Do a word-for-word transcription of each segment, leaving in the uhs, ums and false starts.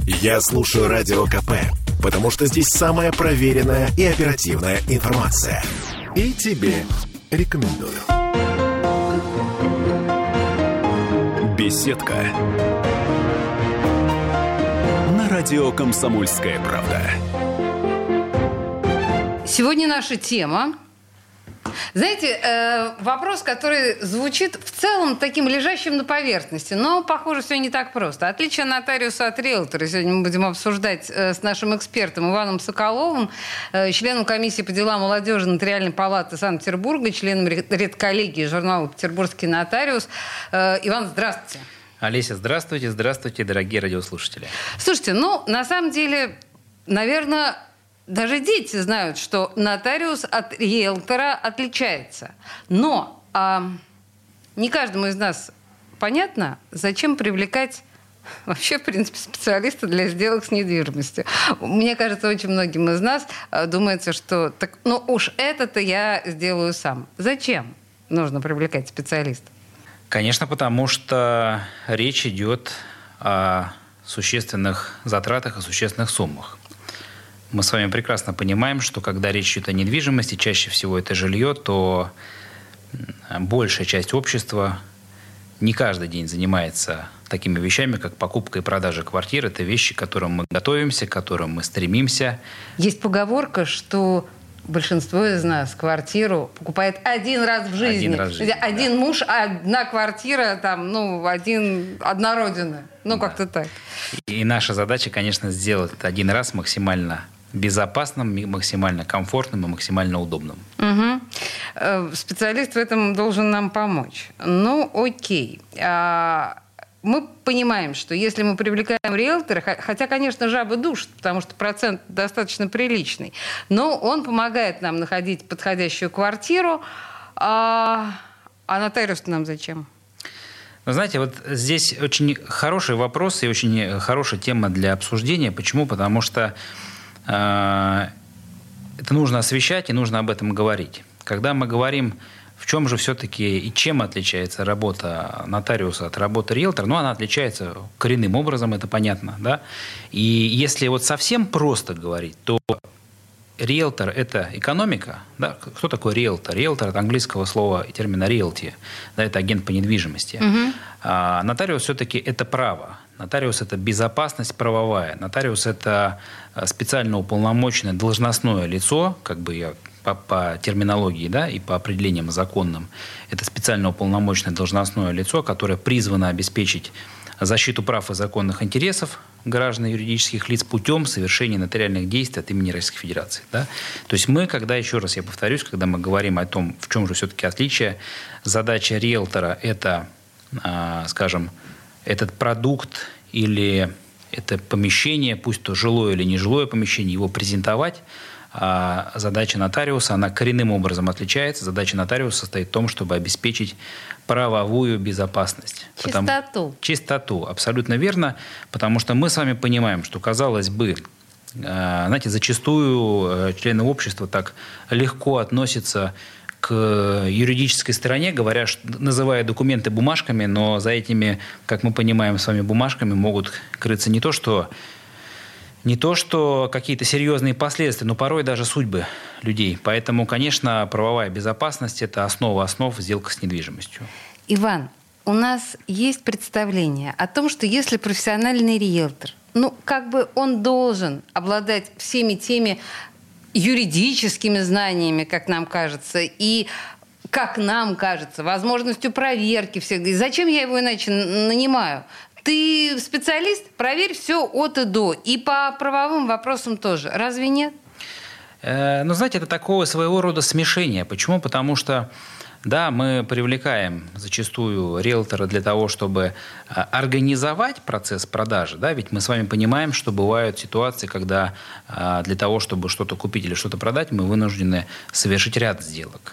Я слушаю Радио КП, потому что здесь самая проверенная и оперативная информация. И тебе рекомендую. Беседка. На радио «Комсомольская правда». Сегодня наша тема. Знаете, э, вопрос, который звучит в целом таким лежащим на поверхности, но, похоже, все не так просто. Отличие нотариуса от риэлтора сегодня мы будем обсуждать э, с нашим экспертом Иваном Соколовым, э, членом комиссии по делам молодежи Нотариальной палаты Санкт-Петербурга, членом редколлегии журнала «Петербургский нотариус». Э, Иван, здравствуйте. Олеся, здравствуйте, здравствуйте, дорогие радиослушатели. Слушайте, ну, на самом деле, наверное... Даже дети знают, что нотариус от риэлтора отличается. Но а, не каждому из нас понятно, зачем привлекать вообще, в принципе, специалиста для сделок с недвижимостью. Мне кажется, очень многим из нас а, думается, что так, ну уж это-то я сделаю сам. Зачем нужно привлекать специалиста? Конечно, потому что речь идет о существенных затратах и существенных суммах. Мы с вами прекрасно понимаем, что когда речь идет о недвижимости, чаще всего это жилье, то большая часть общества не каждый день занимается такими вещами, как покупка и продажа квартир. Это вещи, к которым мы готовимся, к которым мы стремимся. Есть поговорка, что большинство из нас квартиру покупает один раз в жизни. Один раз в жизни, Один да. муж, одна квартира, там, ну, один, одна родина. Ну, да. Как-то так. И наша задача, конечно, сделать это один раз максимально безопасным, максимально комфортным и максимально удобным. Угу. Специалист в этом должен нам помочь. Ну, окей. А, мы понимаем, что если мы привлекаем риэлтора, хотя, конечно, жабы душат, потому что процент достаточно приличный, но он помогает нам находить подходящую квартиру. А, а нотариус нам зачем? Вы знаете, вот здесь очень хороший вопрос и очень хорошая тема для обсуждения. Почему? Потому что э, это нужно освещать и нужно об этом говорить. Когда мы говорим, в чем же все-таки и чем отличается работа нотариуса от работы риэлтора, ну, она отличается коренным образом, это понятно, да? И если вот совсем просто говорить, то риэлтор – это экономика. Да? Кто такой риэлтор? Риэлтор – от английского слова и термина realty. Да, это агент по недвижимости. Угу. А нотариус все-таки – это право. Нотариус – это безопасность правовая. Нотариус – это специально уполномоченное должностное лицо, как бы я по, по терминологии, да, и по определениям законным. Это специально уполномоченное должностное лицо, которое призвано обеспечить защиту прав и законных интересов граждан и юридических лиц путем совершения нотариальных действий от имени Российской Федерации. Да? То есть мы, когда, еще раз я повторюсь, когда мы говорим о том, в чем же все-таки отличие, задача риэлтора – это, э, скажем, этот продукт или это помещение, пусть то жилое или нежилое помещение, его презентовать. А задача нотариуса, она коренным образом отличается. Задача нотариуса состоит в том, чтобы обеспечить правовую безопасность. Чистоту. Потому, чистоту, абсолютно верно. Потому что мы с вами понимаем, что, казалось бы, знаете, зачастую члены общества так легко относятся к юридической стороне, говоря, называя документы бумажками, но за этими, как мы понимаем с вами, бумажками могут крыться не то, что Не то, что какие-то серьезные последствия, но порой даже судьбы людей. Поэтому, конечно, правовая безопасность – это основа основ сделок с недвижимостью. Иван, у нас есть представление о том, что если профессиональный риэлтор, ну, как бы он должен обладать всеми теми юридическими знаниями, как нам кажется, и, как нам кажется, возможностью проверки всех. И зачем я его иначе нанимаю? Ты специалист, проверь все от и до. И по правовым вопросам тоже. Разве нет? Э, ну, знаете, это такого своего рода смешение. Почему? Потому что, да, мы привлекаем зачастую риэлтора для того, чтобы организовать процесс продажи. Да? Ведь мы с вами понимаем, что бывают ситуации, когда для того, чтобы что-то купить или что-то продать, мы вынуждены совершить ряд сделок.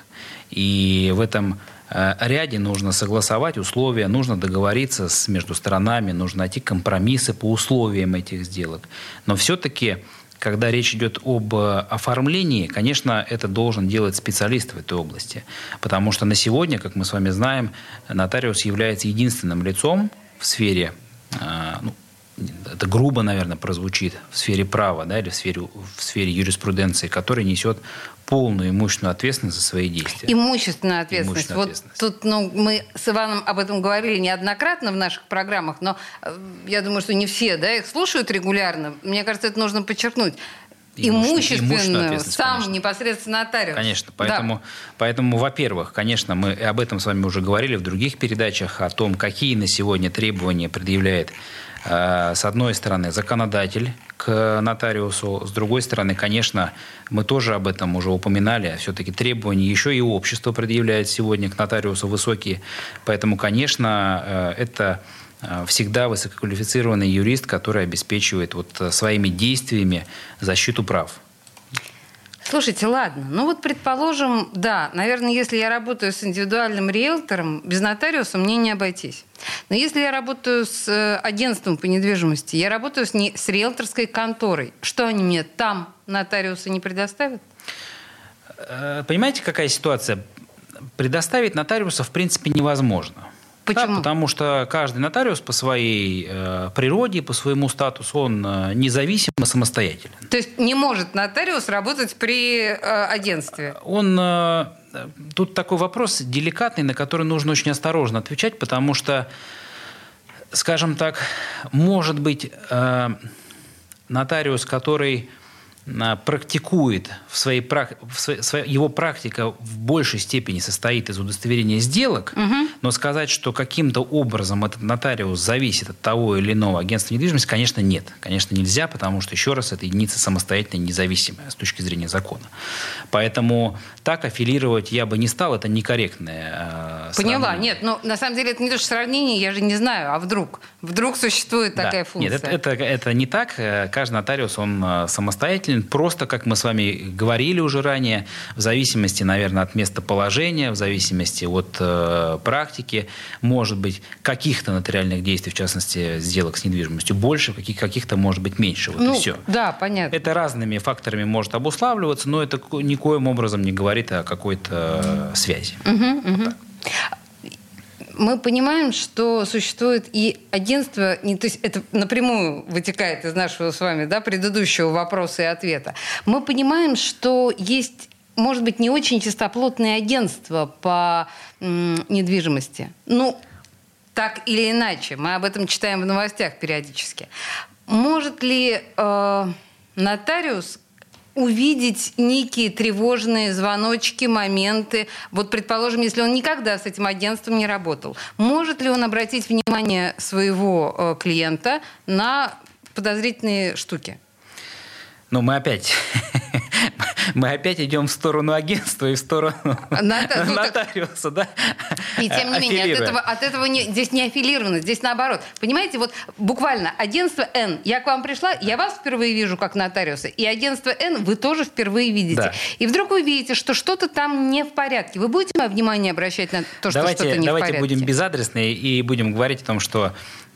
И в этом ряде нужно согласовать условия, нужно договориться с, между сторонами, нужно найти компромиссы по условиям этих сделок. Но все-таки, когда речь идет об оформлении, конечно, это должен делать специалист в этой области. Потому что на сегодня, как мы с вами знаем, нотариус является единственным лицом в сфере, ну, это грубо, наверное, прозвучит, в сфере права, да, или в сфере, в сфере юриспруденции, который несет полную имущественную ответственность за свои действия. Имущественная ответственность. Имущественная вот ответственность. тут, ну, мы с Иваном об этом говорили неоднократно в наших программах, но э, я думаю, что не все, да, их слушают регулярно. Мне кажется, это нужно подчеркнуть. Имущественную, сам конечно. Непосредственно нотариус. Конечно, поэтому, да. поэтому, во-первых, конечно, мы об этом с вами уже говорили в других передачах, о том, какие на сегодня требования предъявляет, э, с одной стороны, законодатель к нотариусу, с другой стороны, конечно, мы тоже об этом уже упоминали, все-таки требования еще и общество предъявляет сегодня к нотариусу высокие, поэтому, конечно, э, это... всегда высококвалифицированный юрист, который обеспечивает вот своими действиями защиту прав. Слушайте, ладно, ну вот предположим, да, наверное, если я работаю с индивидуальным риэлтором, без нотариуса мне не обойтись. Но если я работаю с агентством по недвижимости, я работаю с, не, с риэлторской конторой, что они мне там нотариусы не предоставят? Понимаете, какая ситуация? Предоставить нотариуса в принципе невозможно. Почему? Да, потому что каждый нотариус по своей э, природе, по своему статусу, он э, независим и самостоятелен. То есть не может нотариус работать при э, агентстве? Он, э, тут такой вопрос деликатный, на который нужно очень осторожно отвечать, потому что, скажем так, может быть э, нотариус, который практикует в своей, в своей, его практика в большей степени состоит из удостоверения сделок, угу. но сказать, что каким-то образом этот нотариус зависит от того или иного агентства недвижимости, конечно, нет. Конечно, нельзя, потому что, еще раз, это единица самостоятельная, независимая с точки зрения закона. Поэтому так аффилировать я бы не стал, это некорректное э, Поняла, сравнение. нет, но на самом деле это не то, что сравнение, я же не знаю, а вдруг? Вдруг существует да. такая функция? Нет, это, это, это не так. Каждый нотариус, он самостоятельный. Просто, как мы с вами говорили уже ранее, в зависимости, наверное, от местоположения, в зависимости от э, практики, может быть, каких-то нотариальных действий, в частности, сделок с недвижимостью больше, каких- каких-то, может быть, меньше. Вот ну, и все. Да, понятно. Это разными факторами может обуславливаться, но это никоим образом не говорит о какой-то э, связи. Угу, угу. Вот мы понимаем, что существует и агентство, не, то есть это напрямую вытекает из нашего с вами, да, предыдущего вопроса и ответа. Мы понимаем, что есть, может быть, не очень чистоплотные агентства по м, недвижимости. Ну, так или иначе. Мы об этом читаем в новостях периодически. Может ли э, нотариус увидеть некие тревожные звоночки, моменты. Вот, предположим, если он никогда с этим агентством не работал, может ли он обратить внимание своего э, клиента на подозрительные штуки? Ну, мы опять... Мы опять идем в сторону агентства и в сторону Ната... нотариуса, да? И тем не менее, от этого, от этого не, здесь не аффилировано, здесь наоборот. Понимаете, вот буквально агентство Н, я к вам пришла, я вас впервые вижу как нотариуса, и агентство Н вы тоже впервые видите. Да. И вдруг вы видите, что что-то там не в порядке. Вы будете мое внимание обращать на то, что давайте, что-то не давайте в порядке? Давайте будем безадресны и будем говорить о том, что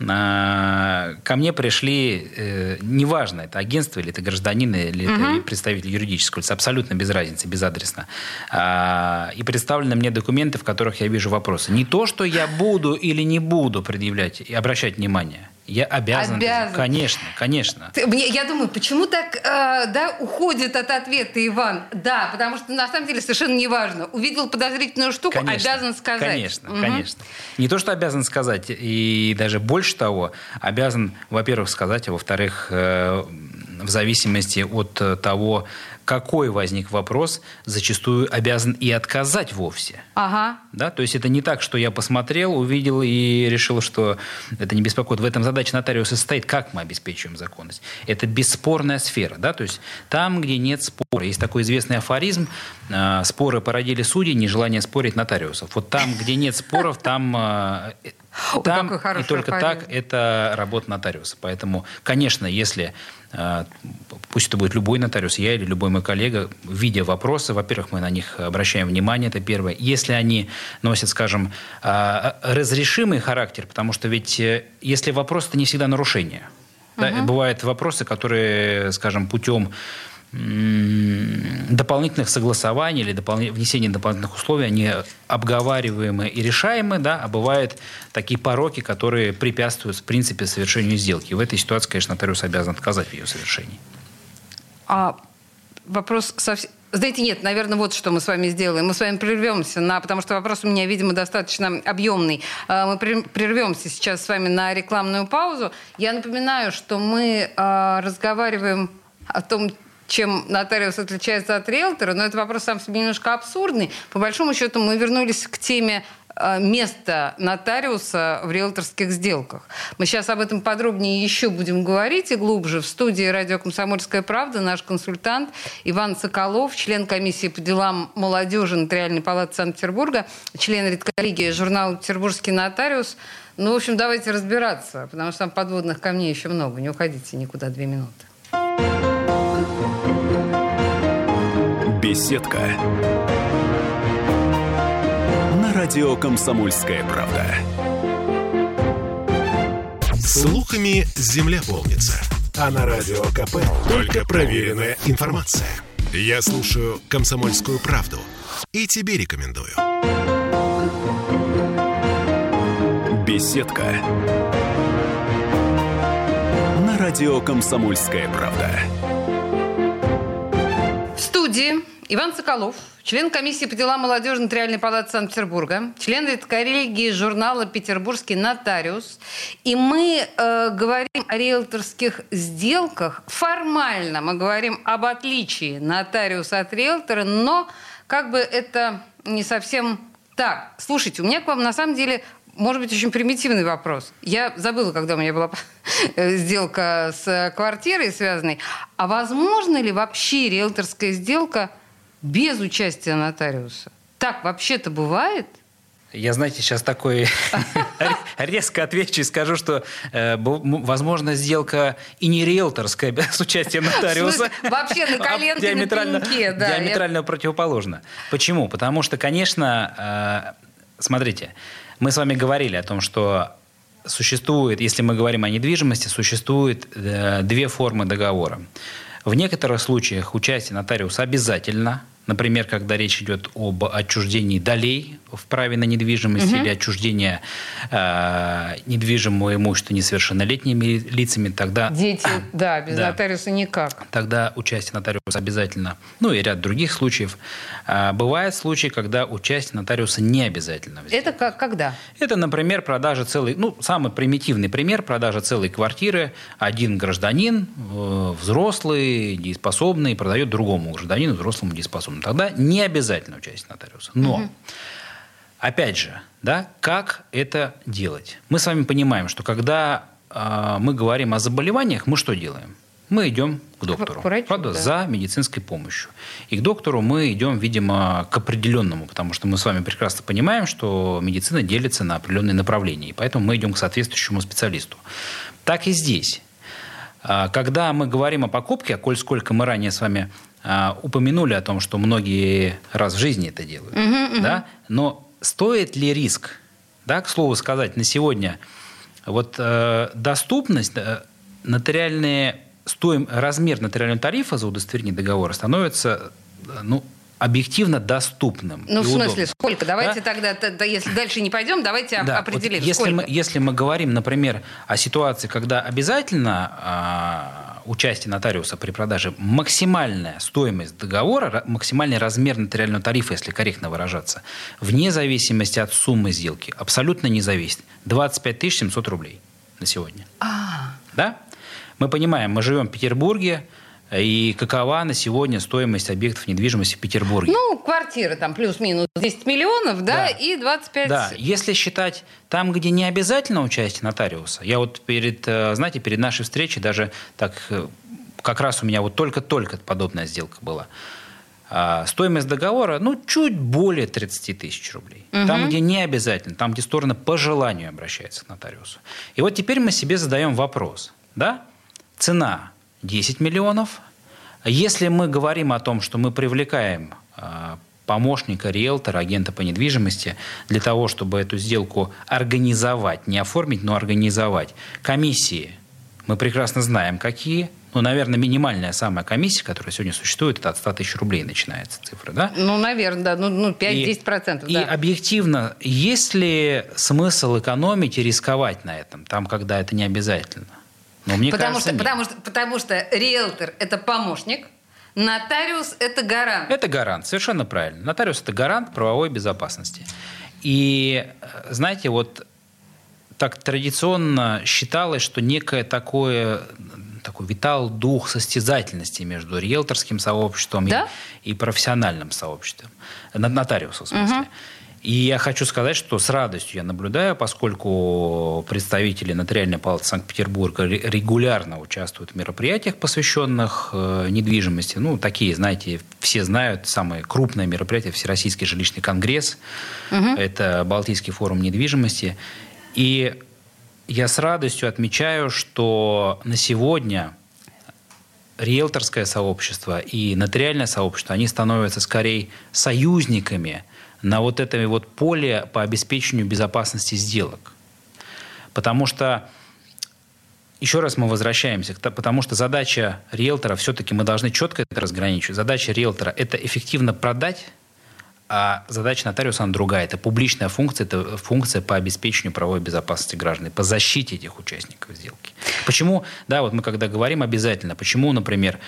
э, ко мне пришли, э, неважно, это агентство или это гражданин, или угу. это представитель юридического лица, абсолютно без разницы, безадресно. А, и представлены мне документы, в которых я вижу вопросы. Не то, что я буду или не буду предъявлять и обращать внимание. Я обязан. Обязан. Конечно, конечно. Ты, мне, я думаю, почему так э, да, уходит от ответа Иван? Да, потому что на самом деле совершенно неважно. Увидел подозрительную штуку, конечно, обязан сказать. Конечно, угу. конечно. Не то, что обязан сказать, и даже больше того, обязан, во-первых, сказать, а во-вторых, э, в зависимости от того, какой возник вопрос, зачастую обязан и отказать вовсе. Ага. Да? То есть это не так, что я посмотрел, увидел и решил, что это не беспокоит. В этом задача нотариуса состоит, как мы обеспечиваем законность. Это бесспорная сфера. Да? То есть там, где нет спора. Есть такой известный афоризм: э, споры породили судей, нежелание спорить нотариусов. Вот там, где нет споров, там... Э, Там и только афоризм. Так это работа нотариуса. Поэтому, конечно, если, пусть это будет любой нотариус, я или любой мой коллега, видя вопросы, во-первых, мы на них обращаем внимание, это первое. Если они носят, скажем, разрешимый характер, потому что ведь если вопрос, это не всегда нарушение. Да, угу. Бывают вопросы, которые, скажем, путем дополнительных согласований или допол- внесения дополнительных условий, они обговариваемы и решаемы, да, а бывают такие пороки, которые препятствуют, в принципе, совершению сделки. В этой ситуации, конечно, нотариус обязан отказать в ее совершении. А вопрос совсем... Знаете, нет, наверное, вот что мы с вами сделаем. Мы с вами прервемся, на, потому что вопрос у меня, видимо, достаточно объемный. Мы прервемся сейчас с вами на рекламную паузу. Я напоминаю, что мы разговариваем о том, чем нотариус отличается от риэлтора, но это вопрос сам себе немножко абсурдный. По большому счету мы вернулись к теме места нотариуса в риэлторских сделках. Мы сейчас об этом подробнее еще будем говорить и глубже. В студии радио «Комсомольская правда» наш консультант Иван Соколов, член комиссии по делам молодежи Нотариальной палаты Санкт-Петербурга, член редколлегии журнала «Петербургский нотариус». Ну, в общем, давайте разбираться, потому что там подводных камней еще много. Не уходите никуда, две минуты. Беседка. На радио «Комсомольская правда». Слухами земля полнится. А на радио КП только проверенная информация. Я слушаю «Комсомольскую правду» и тебе рекомендую. Беседка. На радио «Комсомольская правда». В студии Иван Соколов, член комиссии по делам молодежи Нотариальной палаты Санкт-Петербурга, член редколлегии журнала «Петербургский нотариус». И мы э, говорим о риэлторских сделках. Формально мы говорим об отличии нотариуса от риэлтора, но как бы это не совсем так. Слушайте, у меня к вам на самом деле... Может быть, очень примитивный вопрос. Я забыла, когда у меня была сделка с квартирой связанной. А возможно ли вообще риэлторская сделка без участия нотариуса? Так вообще-то бывает? Я, знаете, сейчас такой резко отвечу и скажу, что э, возможно сделка и не риэлторская с участием нотариуса. Вообще на коленке, на пеньке. Диаметрально противоположно. Почему? Потому что, конечно, смотрите, мы с вами говорили о том, что существует, если мы говорим о недвижимости, существует э, две формы договора. В некоторых случаях участие нотариуса обязательно. Например, когда речь идет об отчуждении долей в праве на недвижимость угу. или отчуждении э, недвижимого имущества несовершеннолетними лицами, тогда... Дети, да, без да, нотариуса никак. Тогда участие нотариуса обязательно. Ну и ряд других случаев. Э, бывают случаи, когда участие нотариуса не обязательно. Это как, когда? Это, например, продажа целой... Ну, самый примитивный пример – продажа целой квартиры. Один гражданин, э, взрослый, дееспособный, продает другому гражданину, взрослому, дееспособному. Тогда не обязательно участие нотариуса. Но, угу. опять же, да, как это делать? Мы с вами понимаем, что когда э, мы говорим о заболеваниях, мы что делаем? Мы идем к доктору. К врачу, правда, да. За медицинской помощью. И к доктору мы идем, видимо, к определенному, потому что мы с вами прекрасно понимаем, что медицина делится на определенные направления. И поэтому мы идем к соответствующему специалисту. Так и здесь. Когда мы говорим о покупке, а коль сколько мы ранее с вами упомянули о том, что многие раз в жизни это делают, uh-huh, uh-huh. да? Но стоит ли риск, да, к слову сказать, на сегодня вот э, доступность, э, нотариальные, стоим, размер нотариального тарифа за удостоверение договора становится, э, ну, объективно доступным. Ну, в смысле, удобным. Сколько? Давайте да? тогда, тогда, если дальше не пойдем, давайте да, определим, вот если сколько. Мы, если мы говорим, например, о ситуации, когда обязательно а, участие нотариуса при продаже, максимальная стоимость договора, максимальный размер нотариального тарифа, если корректно выражаться, вне зависимости от суммы сделки, абсолютно не зависит. двадцать пять тысяч семьсот рублей на сегодня. А. Да? Мы понимаем, мы живем в Петербурге, и какова на сегодня стоимость объектов недвижимости в Петербурге? Ну, квартира там плюс-минус десять миллионов, да, да, и двадцать пять... Да, если считать там, где не обязательно участие нотариуса, я вот перед, знаете, перед нашей встречей даже так, как раз у меня вот только-только подобная сделка была. Стоимость договора, ну, чуть более тридцать тысяч рублей. Угу. Там, где не обязательно, там, где сторона по желанию обращается к нотариусу. И вот теперь мы себе задаем вопрос, да, цена десять миллионов. Если мы говорим о том, что мы привлекаем э, помощника, риэлтора, агента по недвижимости для того, чтобы эту сделку организовать, не оформить, но организовать, комиссии Мы прекрасно знаем, какие. Ну, наверное, минимальная самая комиссия, которая сегодня существует, это от ста тысяч рублей начинается цифра, да? Ну, наверное, да. Ну, ну пять-десять процентов, и, да. И объективно, есть ли смысл экономить и рисковать на этом, там, когда это не обязательно? Но мне потому, кажется, что, потому, что, потому что риэлтор – это помощник, нотариус – это гарант. Это гарант, совершенно правильно. Нотариус – это гарант правовой безопасности. И, знаете, вот так традиционно считалось, что некое такое... такой витал дух состязательности между риэлторским сообществом да? и, и профессиональным сообществом, нотариусом в смысле. Угу. И я хочу сказать, что с радостью я наблюдаю, поскольку представители Нотариальной палаты Санкт-Петербурга регулярно участвуют в мероприятиях, посвященных э, недвижимости. Ну, такие, знаете, все знают, самое крупное мероприятие – Всероссийский жилищный конгресс. Угу. Это Балтийский форум недвижимости. И я с радостью отмечаю, что на сегодня риэлторское сообщество и нотариальное сообщество, они становятся скорее союзниками на вот этом вот поле по обеспечению безопасности сделок. Потому что, еще раз мы возвращаемся, потому что задача риэлтора, все-таки мы должны четко это разграничивать, задача риэлтора – это эффективно продать, а задача нотариуса, она другая. Это публичная функция, это функция по обеспечению правовой безопасности граждан, по защите этих участников сделки. Почему, да, вот мы когда говорим обязательно, почему, например,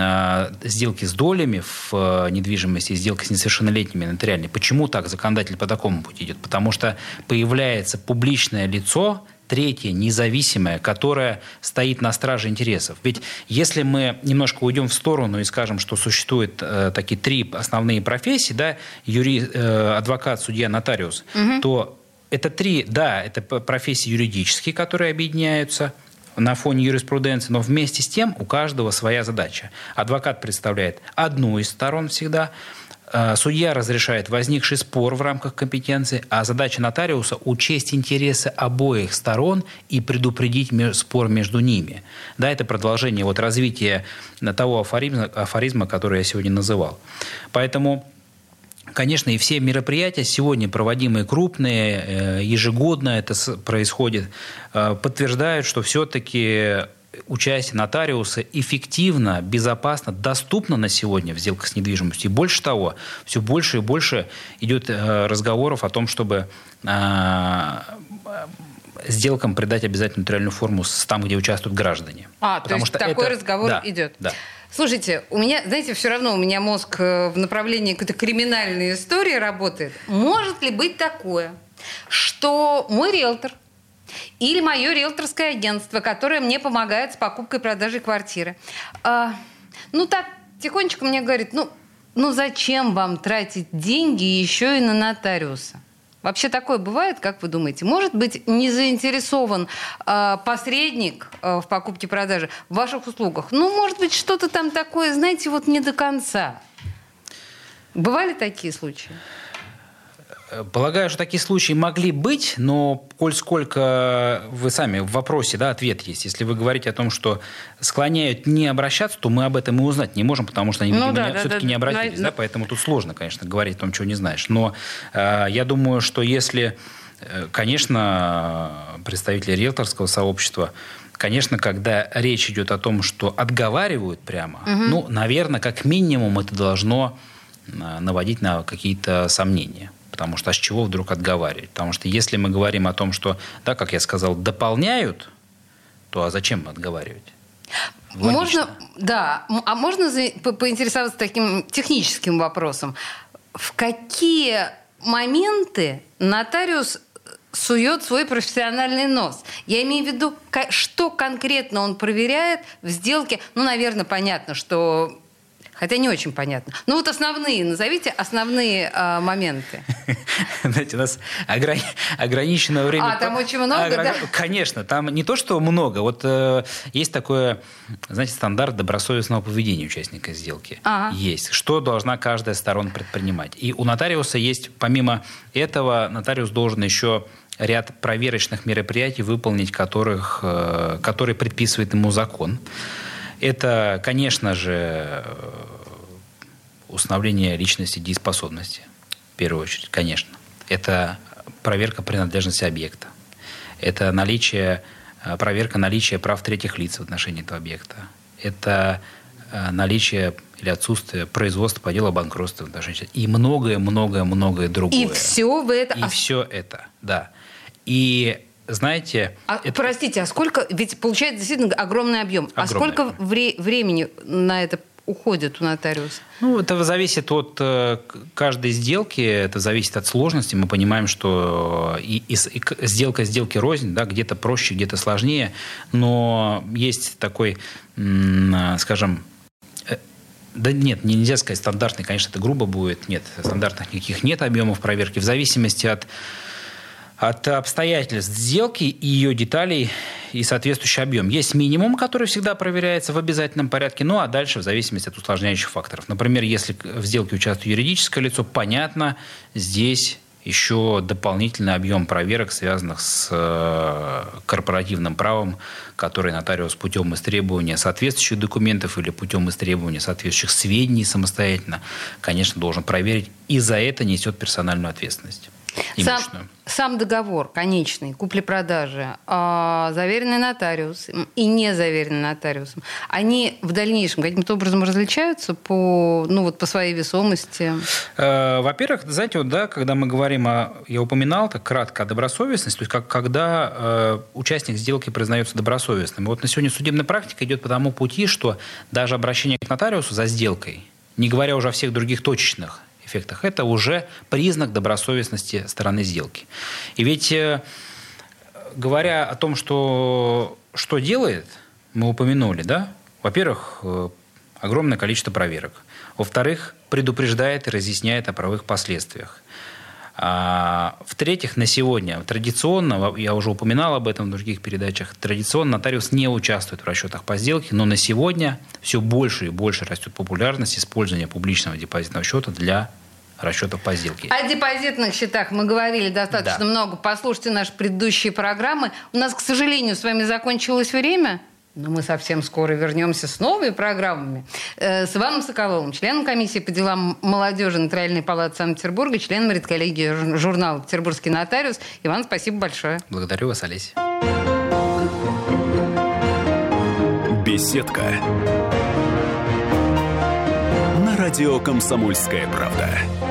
сделки с долями в недвижимости, сделки с несовершеннолетними нотариальные, почему так законодатель по такому пути идет? Потому что появляется публичное лицо, третье, независимое, которое стоит на страже интересов. Ведь если мы немножко уйдем в сторону и скажем, что существуют э, такие три основные профессии, да, юри, э, адвокат, судья, нотариус, угу. то это три, да, это профессии юридические, которые объединяются на фоне юриспруденции, но вместе с тем у каждого своя задача. Адвокат представляет одну из сторон всегда, судья разрешает возникший спор в рамках компетенции, а задача нотариуса – учесть интересы обоих сторон и предупредить спор между ними. Да, это продолжение вот развития того афоризма, афоризма, который я сегодня называл. Поэтому, конечно, и все мероприятия сегодня проводимые крупные, ежегодно это происходит, подтверждают, что все-таки участие нотариуса эффективно, безопасно, доступно на сегодня в сделках с недвижимостью. И больше того, все больше и больше идет разговоров о том, чтобы сделкам придать обязательно нотариальную форму там, где участвуют граждане. А, Потому то есть что такой это... разговор да, идет. Да. Слушайте, у меня, знаете, все равно у меня мозг в направлении какой-то криминальной истории работает. Может ли быть такое, что мой риэлтор или мое риэлторское агентство, которое мне помогает с покупкой и продажей квартиры, а, ну так тихонечко мне говорит, ну, ну зачем вам тратить деньги еще и на нотариуса? Вообще такое бывает, как вы думаете? Может быть, не заинтересован э, посредник э, в покупке-продаже в ваших услугах? Ну, может быть, что-то там такое, знаете, вот не до конца. Бывали такие случаи? Полагаю, что такие случаи могли быть, но коль сколько вы сами в вопросе, да, ответ есть. Если вы говорите о том, что склоняют не обращаться, то мы об этом и узнать не можем, потому что они, видимо, ну, да, не, да, все-таки да, не обратились. Да, да, поэтому тут сложно, конечно, говорить о том, чего не знаешь. Но э, я думаю, что если, э, конечно, представители риэлторского сообщества, конечно, когда речь идет о том, что отговаривают прямо, угу. ну, наверное, как минимум это должно наводить на какие-то сомнения. Потому что а с чего вдруг отговаривать? Потому что если мы говорим о том, что, да, как я сказал, дополняют, то а зачем отговаривать? Логично. Можно, да, а можно поинтересоваться таким техническим вопросом? В какие моменты нотариус сует свой профессиональный нос? Я имею в виду, что конкретно он проверяет в сделке? Ну, наверное, понятно, что... Хотя не очень понятно. Ну вот основные, назовите основные э, моменты. Знаете, у нас ограни... ограниченное время. А, там очень много, Огр... да? Конечно, там не то, что много. Вот э, есть такой, знаете, стандарт добросовестного поведения участника сделки. Ага. Есть. Что должна каждая сторона предпринимать. И у нотариуса есть, помимо этого, нотариус должен еще ряд проверочных мероприятий выполнить, которых, э, которые предписывает ему закон. Это, конечно же, установление личности дееспособности, в первую очередь, конечно. Это проверка принадлежности объекта. Это наличие проверка наличия прав третьих лиц в отношении этого объекта. Это наличие или отсутствие производства по делу о банкротстве в отношении. И многое-многое-многое другое. И все в это... И все это, да. И знаете... А, это... Простите, а сколько... Ведь получается действительно огромный объем. Огромный. А сколько вре- времени на это уходит у нотариуса? Ну, это зависит от каждой сделки, это зависит от сложности. Мы понимаем, что и, и, и сделка сделки рознь, да, где-то проще, где-то сложнее. Но есть такой, скажем... Да нет, нельзя сказать стандартный, конечно, это грубо будет. Нет, стандартных никаких нет объемов проверки. В зависимости от, от обстоятельств сделки и ее деталей и соответствующий объем. Есть минимум, который всегда проверяется в обязательном порядке, ну а дальше в зависимости от усложняющих факторов. Например, если в сделке участвует юридическое лицо, понятно, здесь еще дополнительный объем проверок, связанных с корпоративным правом, который нотариус путем истребования соответствующих документов или путем истребования соответствующих сведений самостоятельно, конечно, должен проверить, и за это несет персональную ответственность. Сам, сам договор конечный, купли-продажи, э, заверенный нотариусом и не заверенный нотариусом, они в дальнейшем каким-то образом различаются по, ну, вот, по своей весомости? Э, во-первых, знаете, вот, да, когда мы говорим о, я упоминал так кратко о добросовестности, то есть как, когда э, участник сделки признается добросовестным. Вот на сегодня судебная практика идет по тому пути, что даже обращение к нотариусу за сделкой, не говоря уже о всех других точечных эффектах, это уже признак добросовестности стороны сделки. И ведь, говоря о том, что, что делает, мы упомянули, да? Во-первых, огромное количество проверок. Во-вторых, предупреждает и разъясняет о правовых последствиях. А, в-третьих, на сегодня традиционно, я уже упоминал об этом в других передачах, традиционно нотариус не участвует в расчетах по сделке, но на сегодня все больше и больше растет популярность использования публичного депозитного счета для расчетов по сделке. О депозитных счетах мы говорили достаточно да. много. Послушайте наши предыдущие программы. У нас, к сожалению, с вами закончилось время. Но мы совсем скоро вернемся с новыми программами. С Иваном Соколовым, членом комиссии по делам молодежи Нотариальной палаты Санкт-Петербурга, членом редколлегии журнала «Петербургский нотариус». Иван, спасибо большое. Благодарю вас, Олеся. Беседка. На радио «Комсомольская правда».